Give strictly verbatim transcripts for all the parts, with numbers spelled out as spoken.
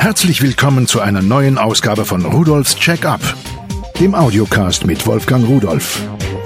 Herzlich willkommen zu einer neuen Ausgabe von Rudolfs Check-up, dem Audiocast mit Wolfgang Rudolf.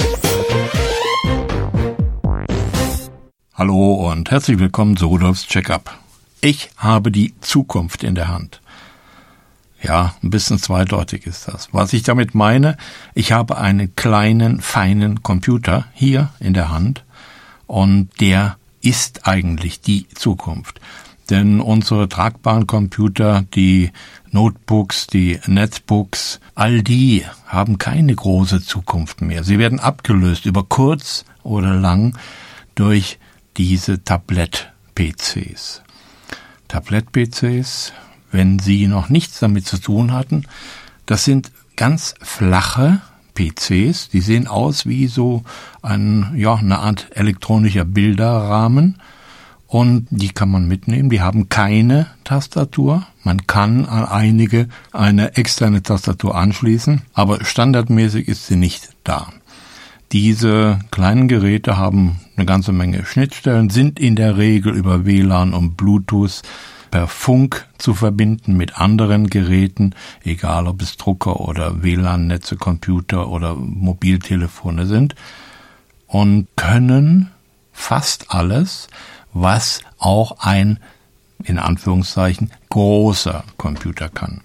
Hallo und herzlich willkommen zu Rudolfs Check-up. Ich habe die Zukunft in der Hand. Ja, ein bisschen zweideutig ist das. Was ich damit meine, ich habe einen kleinen, feinen Computer hier in der Hand und der ist eigentlich die Zukunft. Denn unsere tragbaren Computer, die Notebooks, die Netbooks, all die haben keine große Zukunft mehr. Sie werden abgelöst über kurz oder lang durch diese Tablet-P Cs. Tablet-P Cs, wenn Sie noch nichts damit zu tun hatten, das sind ganz flache P Cs, die sehen aus wie so ein, ja, eine Art elektronischer Bilderrahmen. Und die kann man mitnehmen, die haben keine Tastatur. Man kann an einige eine externe Tastatur anschließen, aber standardmäßig ist sie nicht da. Diese kleinen Geräte haben eine ganze Menge Schnittstellen, sind in der Regel über W L A N und Bluetooth per Funk zu verbinden mit anderen Geräten, egal ob es Drucker oder W L A N-Netze, Computer oder Mobiltelefone sind, und können fast alles, was auch ein, in Anführungszeichen, großer Computer kann.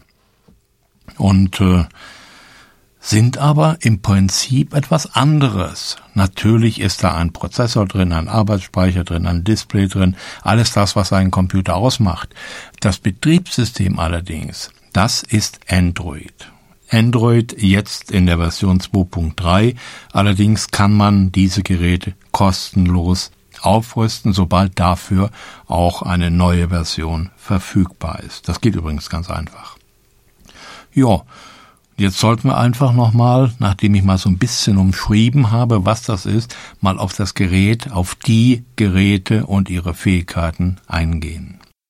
Und äh, sind aber im Prinzip etwas anderes. Natürlich ist da ein Prozessor drin, ein Arbeitsspeicher drin, ein Display drin, alles das, was einen Computer ausmacht. Das Betriebssystem allerdings, das ist Android. Android jetzt in der Version zwei Punkt drei, allerdings kann man diese Geräte kostenlos aufrüsten, sobald dafür auch eine neue Version verfügbar ist. Das geht übrigens ganz einfach. Ja, jetzt sollten wir einfach nochmal, nachdem ich mal so ein bisschen umschrieben habe, was das ist, mal auf das Gerät, auf die Geräte und ihre Fähigkeiten eingehen.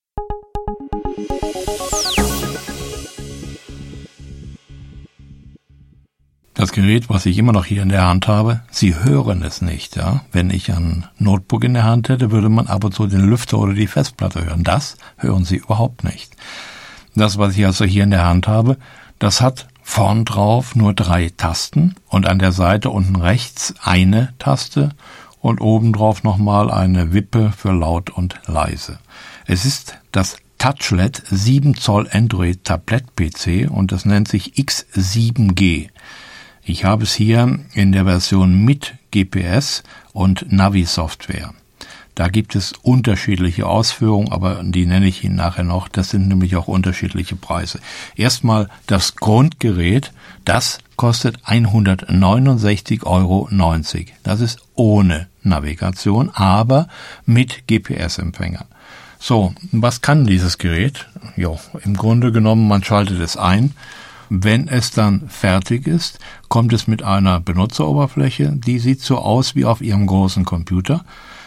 Das Gerät, was ich immer noch hier in der Hand habe, Sie hören es nicht, ja. Wenn ich ein Notebook in der Hand hätte, würde man ab und zu den Lüfter oder die Festplatte hören. Das hören Sie überhaupt nicht. Das, was ich also hier in der Hand habe, das hat vorn drauf nur drei Tasten und an der Seite unten rechts eine Taste und oben drauf nochmal eine Wippe für laut und leise. Es ist das Touchlet sieben Zoll Android Tablet P C und das nennt sich X sieben G. Ich habe es hier in der Version mit G P S und Navi-Software. Da gibt es unterschiedliche Ausführungen, aber die nenne ich Ihnen nachher noch. Das sind nämlich auch unterschiedliche Preise. Erstmal das Grundgerät, das kostet hundertneunundsechzig Euro neunzig. Das ist ohne Navigation, aber mit G P S-Empfänger. So, was kann dieses Gerät? Jo, im Grunde genommen, man schaltet es ein. Wenn es dann fertig ist, kommt es mit einer Benutzeroberfläche, die sieht so aus wie auf Ihrem großen Computer,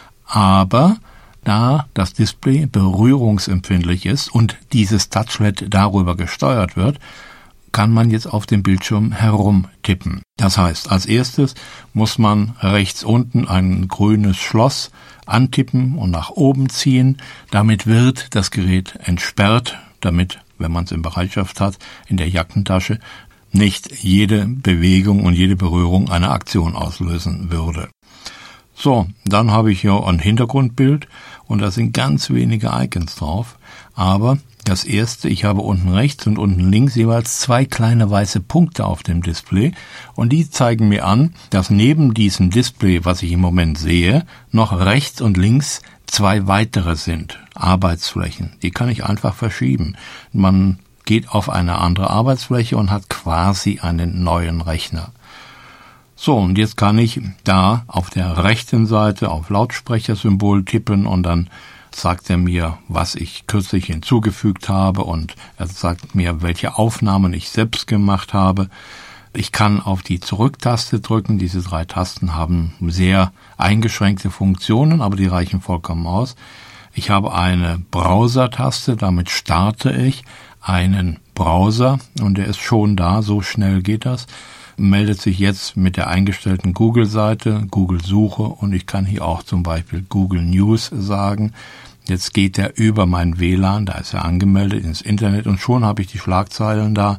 aber da das Display berührungsempfindlich ist und dieses Touchlet darüber gesteuert wird, kann man jetzt auf dem Bildschirm herumtippen. Das heißt, als erstes muss man rechts unten ein grünes Schloss antippen und nach oben ziehen. Damit wird das Gerät entsperrt, damit, wenn man es in Bereitschaft hat, in der Jackentasche nicht jede Bewegung und jede Berührung eine Aktion auslösen würde. So, dann habe ich hier ein Hintergrundbild und da sind ganz wenige Icons drauf, aber das erste, ich habe unten rechts und unten links jeweils zwei kleine weiße Punkte auf dem Display und die zeigen mir an, dass neben diesem Display, was ich im Moment sehe, noch rechts und links zwei weitere sind, Arbeitsflächen. Die kann ich einfach verschieben. Man geht auf eine andere Arbeitsfläche und hat quasi einen neuen Rechner. So, und jetzt kann ich da auf der rechten Seite auf Lautsprechersymbol tippen und dann sagt er mir, was ich kürzlich hinzugefügt habe und er sagt mir, welche Aufnahmen ich selbst gemacht habe. Ich kann auf die Zurücktaste drücken. Diese drei Tasten haben sehr eingeschränkte Funktionen, aber die reichen vollkommen aus. Ich habe eine Browser-Taste, damit starte ich einen Browser und der ist schon da, so schnell geht das. Meldet sich jetzt mit der eingestellten Google-Seite, Google-Suche und ich kann hier auch zum Beispiel Google News sagen. Jetzt geht er über mein W L A N, da ist er angemeldet ins Internet und schon habe ich die Schlagzeilen da.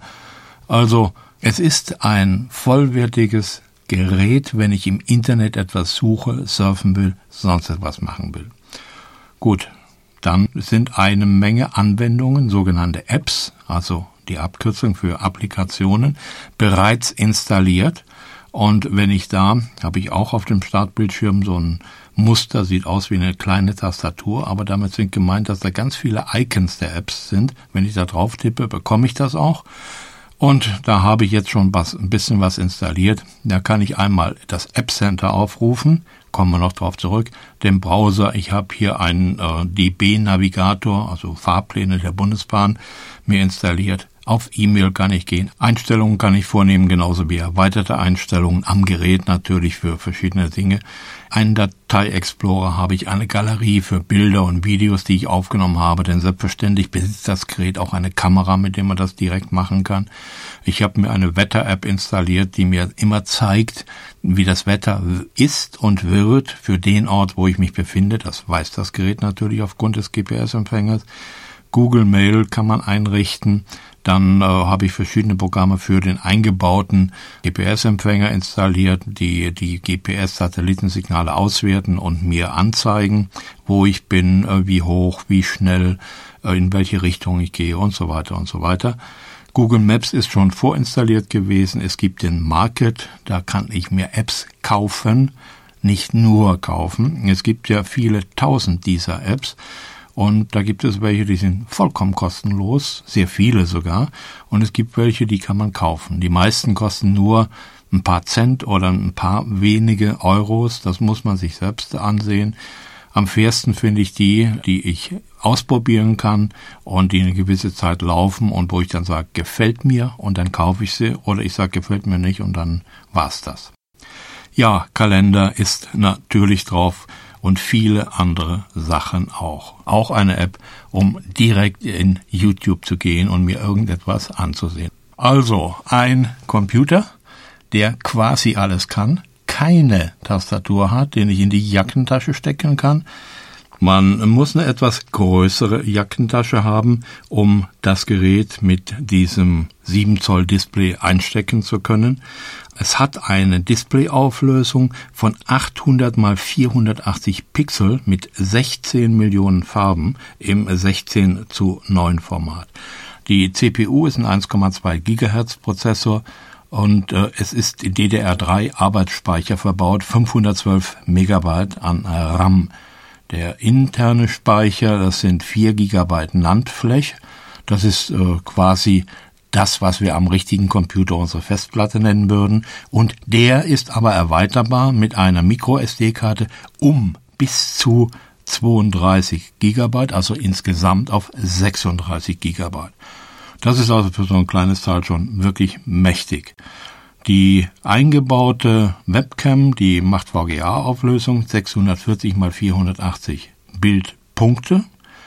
Also es ist ein vollwertiges Gerät, wenn ich im Internet etwas suche, surfen will, sonst etwas machen will. Gut, dann sind eine Menge Anwendungen, sogenannte Apps, also die Abkürzung für Applikationen, bereits installiert. Und wenn ich da, habe ich auch auf dem Startbildschirm so ein Muster, sieht aus wie eine kleine Tastatur, aber damit sind gemeint, dass da ganz viele Icons der Apps sind. Wenn ich da drauf tippe, bekomme ich das auch. Und da habe ich jetzt schon was, ein bisschen was installiert. Da kann ich einmal das App Center aufrufen, kommen wir noch drauf zurück, den Browser. Ich habe hier einen äh, D B-Navigator, also Fahrpläne der Bundesbahn, mir installiert. Auf E-Mail kann ich gehen, Einstellungen kann ich vornehmen, genauso wie erweiterte Einstellungen am Gerät natürlich für verschiedene Dinge. Einen Datei-Explorer habe ich, eine Galerie für Bilder und Videos, die ich aufgenommen habe, denn selbstverständlich besitzt das Gerät auch eine Kamera, mit der man das direkt machen kann. Ich habe mir eine Wetter-App installiert, die mir immer zeigt, wie das Wetter ist und wird für den Ort, wo ich mich befinde. Das weiß das Gerät natürlich aufgrund des G P S-Empfängers. Google Mail kann man einrichten. Dann äh, habe ich verschiedene Programme für den eingebauten G P S-Empfänger installiert, die die G P S-Satellitensignale auswerten und mir anzeigen, wo ich bin, äh, wie hoch, wie schnell, äh, in welche Richtung ich gehe und so weiter und so weiter. Google Maps ist schon vorinstalliert gewesen. Es gibt den Market, da kann ich mir Apps kaufen, nicht nur kaufen. Es gibt ja viele tausend dieser Apps. Und da gibt es welche, die sind vollkommen kostenlos, sehr viele sogar. Und es gibt welche, die kann man kaufen. Die meisten kosten nur ein paar Cent oder ein paar wenige Euros. Das muss man sich selbst ansehen. Am fairsten finde ich die, die ich ausprobieren kann und die eine gewisse Zeit laufen und wo ich dann sage, gefällt mir und dann kaufe ich sie. Oder ich sage, gefällt mir nicht und dann war's das. Ja, Kalender ist natürlich drauf. Und viele andere Sachen auch. Auch eine App, um direkt in YouTube zu gehen und mir irgendetwas anzusehen. Also ein Computer, der quasi alles kann, keine Tastatur hat, den ich in die Jackentasche stecken kann. Man muss eine etwas größere Jackentasche haben, um das Gerät mit diesem sieben Zoll Display einstecken zu können. Es hat eine Displayauflösung von achthundert mal vierhundertachtzig Pixel mit sechzehn Millionen Farben im sechzehn zu neun Format. Die C P U ist ein eins Komma zwei Gigahertz Prozessor und äh, es ist in D D R drei Arbeitsspeicher verbaut, fünfhundertzwölf Megabyte an äh, RAM. Der interne Speicher, das sind vier Gigabyte NAND-Flash. Das ist äh, quasi das, was wir am richtigen Computer unsere Festplatte nennen würden. Und der ist aber erweiterbar mit einer Micro-S D-Karte um bis zu zweiunddreißig Gigabyte, also insgesamt auf sechsunddreißig Gigabyte. Das ist also für so ein kleines Teil schon wirklich mächtig. Die eingebaute Webcam, die macht V G A-Auflösung, sechshundertvierzig mal vierhundertachtzig Bildpunkte.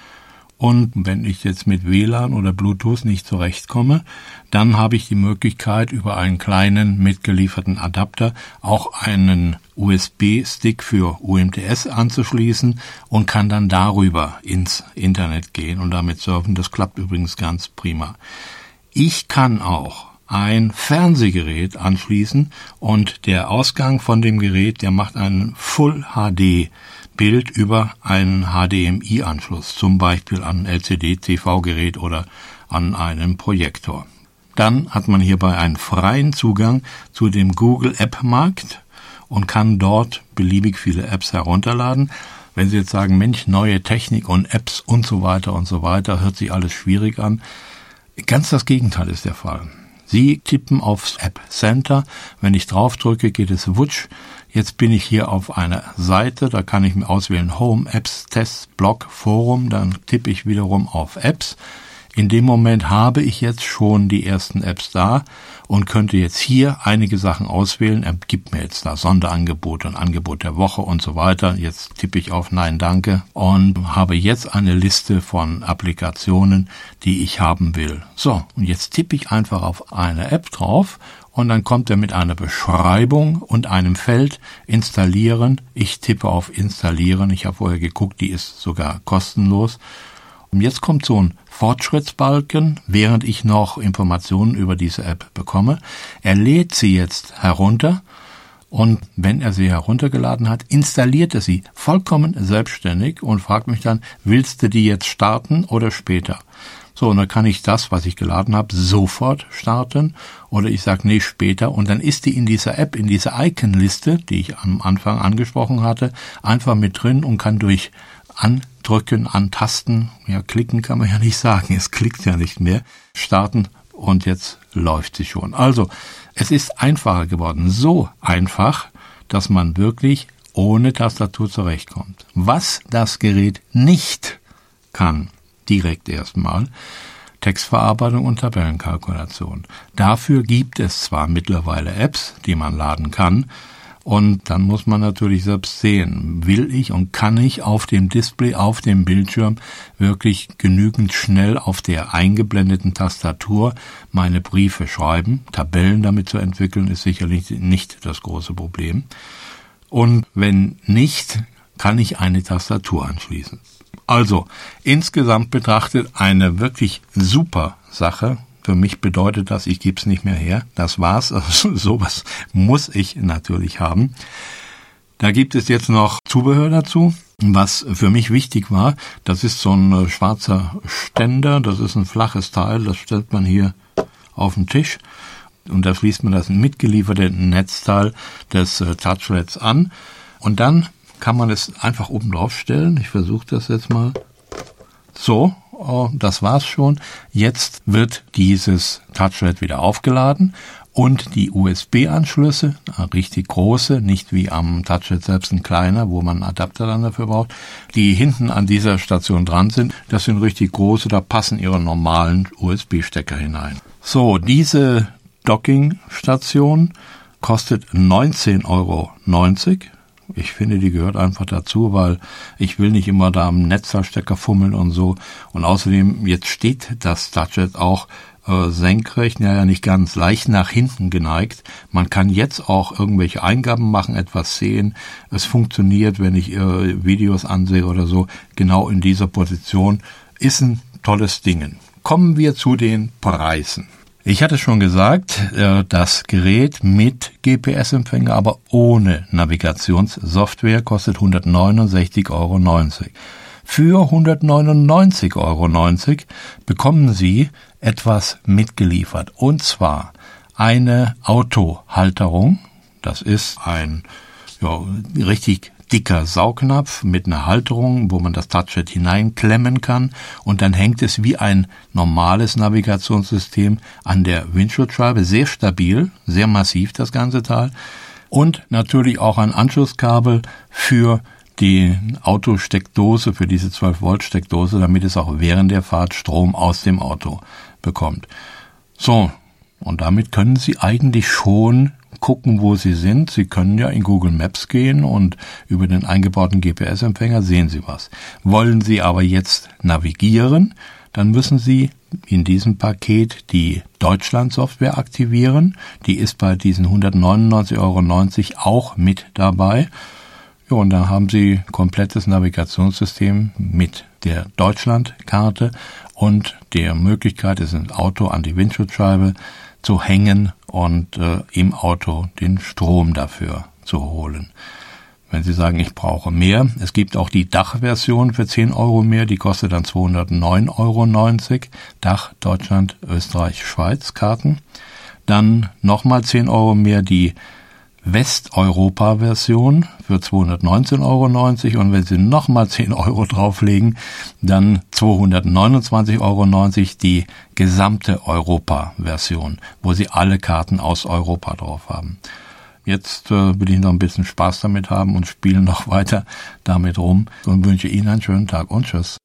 Und wenn ich jetzt mit W L A N oder Bluetooth nicht zurechtkomme, dann habe ich die Möglichkeit, über einen kleinen mitgelieferten Adapter auch einen U S B-Stick für U M T S anzuschließen und kann dann darüber ins Internet gehen und damit surfen. Das klappt übrigens ganz prima. Ich kann auch ein Fernsehgerät anschließen und der Ausgang von dem Gerät, der macht einen Full H D Bild über einen H D M I-Anschluss, zum Beispiel an ein L C D-T V-Gerät oder an einen Projektor. Dann hat man hierbei einen freien Zugang zu dem Google App Markt und kann dort beliebig viele Apps herunterladen. Wenn Sie jetzt sagen, Mensch, neue Technik und Apps und so weiter und so weiter, hört sich alles schwierig an. Ganz das Gegenteil ist der Fall. Sie tippen aufs App Center. Wenn ich drauf drücke, geht es wutsch. Jetzt bin ich hier auf einer Seite, da kann ich mir auswählen Home, Apps, Tests, Blog, Forum. Dann tippe ich wiederum auf Apps. In dem Moment habe ich jetzt schon die ersten Apps da und könnte jetzt hier einige Sachen auswählen. Er gibt mir jetzt da Sonderangebote und Angebot der Woche und so weiter. Jetzt tippe ich auf Nein, danke und habe jetzt eine Liste von Applikationen, die ich haben will. So, und jetzt tippe ich einfach auf eine App drauf und dann kommt er mit einer Beschreibung und einem Feld installieren. Ich tippe auf installieren. Ich habe vorher geguckt, die ist sogar kostenlos. Und jetzt kommt so ein Fortschrittsbalken, während ich noch Informationen über diese App bekomme. Er lädt sie jetzt herunter und wenn er sie heruntergeladen hat, installiert er sie vollkommen selbstständig und fragt mich dann, willst du die jetzt starten oder später? So, und dann kann ich das, was ich geladen habe, sofort starten oder ich sage, nee, später. Und dann ist die in dieser App, in dieser Icon-Liste, die ich am Anfang angesprochen hatte, einfach mit drin und kann durch Andrücken, Antasten, ja, klicken kann man ja nicht sagen, es klickt ja nicht mehr, starten und jetzt läuft sie schon. Also, es ist einfacher geworden, so einfach, dass man wirklich ohne Tastatur zurechtkommt. Was das Gerät nicht kann, direkt erstmal, Textverarbeitung und Tabellenkalkulation. Dafür gibt es zwar mittlerweile Apps, die man laden kann, und dann muss man natürlich selbst sehen, will ich und kann ich auf dem Display, auf dem Bildschirm wirklich genügend schnell auf der eingeblendeten Tastatur meine Briefe schreiben. Tabellen damit zu entwickeln, ist sicherlich nicht das große Problem. Und wenn nicht, kann ich eine Tastatur anschließen. Also, insgesamt betrachtet eine wirklich super Sache. Für mich bedeutet das, ich gebe es nicht mehr her. Das war's. Also, sowas muss ich natürlich haben. Da gibt es jetzt noch Zubehör dazu. Was für mich wichtig war, das ist so ein schwarzer Ständer. Das ist ein flaches Teil. Das stellt man hier auf den Tisch. Und da schließt man das mitgelieferte Netzteil des Touchpads an. Und dann kann man es einfach oben drauf stellen. Ich versuche das jetzt mal. So, oh, das war's schon. Jetzt wird dieses Touchpad wieder aufgeladen und die U S B-Anschlüsse, richtig große, nicht wie am Touchpad selbst ein kleiner, wo man einen Adapter dann dafür braucht, die hinten an dieser Station dran sind, das sind richtig große, da passen ihre normalen U S B-Stecker hinein. So, diese Docking-Station kostet neunzehn Euro neunzig. Ich finde, die gehört einfach dazu, weil ich will nicht immer da am Netzteilstecker fummeln und so. Und außerdem, jetzt steht das Touchpad auch äh, senkrecht, naja, nicht ganz, leicht nach hinten geneigt. Man kann jetzt auch irgendwelche Eingaben machen, etwas sehen. Es funktioniert, wenn ich äh, Videos ansehe oder so, genau in dieser Position. Ist ein tolles Ding. Kommen wir zu den Preisen. Ich hatte schon gesagt, das Gerät mit G P S-Empfänger, aber ohne Navigationssoftware kostet hundertneunundsechzig Euro neunzig. Für hundertneunundneunzig Euro neunzig bekommen Sie etwas mitgeliefert, und zwar eine Autohalterung. Das ist ein ja, richtig dicker Saugnapf mit einer Halterung, wo man das Touchpad hineinklemmen kann, und dann hängt es wie ein normales Navigationssystem an der Windschutzscheibe, sehr stabil, sehr massiv das ganze Teil, und natürlich auch ein Anschlusskabel für die Autosteckdose, für diese zwölf Volt Steckdose, damit es auch während der Fahrt Strom aus dem Auto bekommt. So, und damit können Sie eigentlich schon gucken, wo Sie sind. Sie können ja in Google Maps gehen und über den eingebauten G P S-Empfänger sehen Sie was. Wollen Sie aber jetzt navigieren, dann müssen Sie in diesem Paket die Deutschland-Software aktivieren. Die ist bei diesen hundertneunundneunzig Euro neunzig auch mit dabei. Ja, und dann haben Sie komplettes Navigationssystem mit der Deutschland-Karte und der Möglichkeit, es ein Auto an die Windschutzscheibe zu hängen und äh, im Auto den Strom dafür zu holen. Wenn Sie sagen, ich brauche mehr, es gibt auch die Dachversion für zehn Euro mehr, die kostet dann zweihundertneun Euro neunzig, Dach, Deutschland, Österreich, Schweiz Karten. Dann nochmal zehn Euro mehr die Westeuropa-Version für zweihundertneunzehn Euro neunzig, und wenn Sie nochmal zehn Euro drauflegen, dann zweihundertneunundzwanzig Euro neunzig die gesamte Europa-Version, wo Sie alle Karten aus Europa drauf haben. Jetzt äh, will ich noch ein bisschen Spaß damit haben und spiele noch weiter damit rum und wünsche Ihnen einen schönen Tag und tschüss.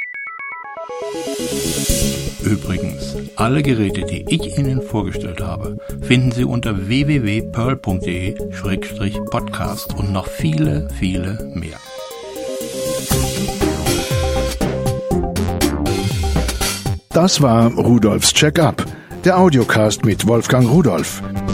Übrigens, alle Geräte, die ich Ihnen vorgestellt habe, finden Sie unter w w w punkt pearl punkt d e Schrägstrich podcast und noch viele, viele mehr. Das war Rudolfs Check-up, der Audiocast mit Wolfgang Rudolf.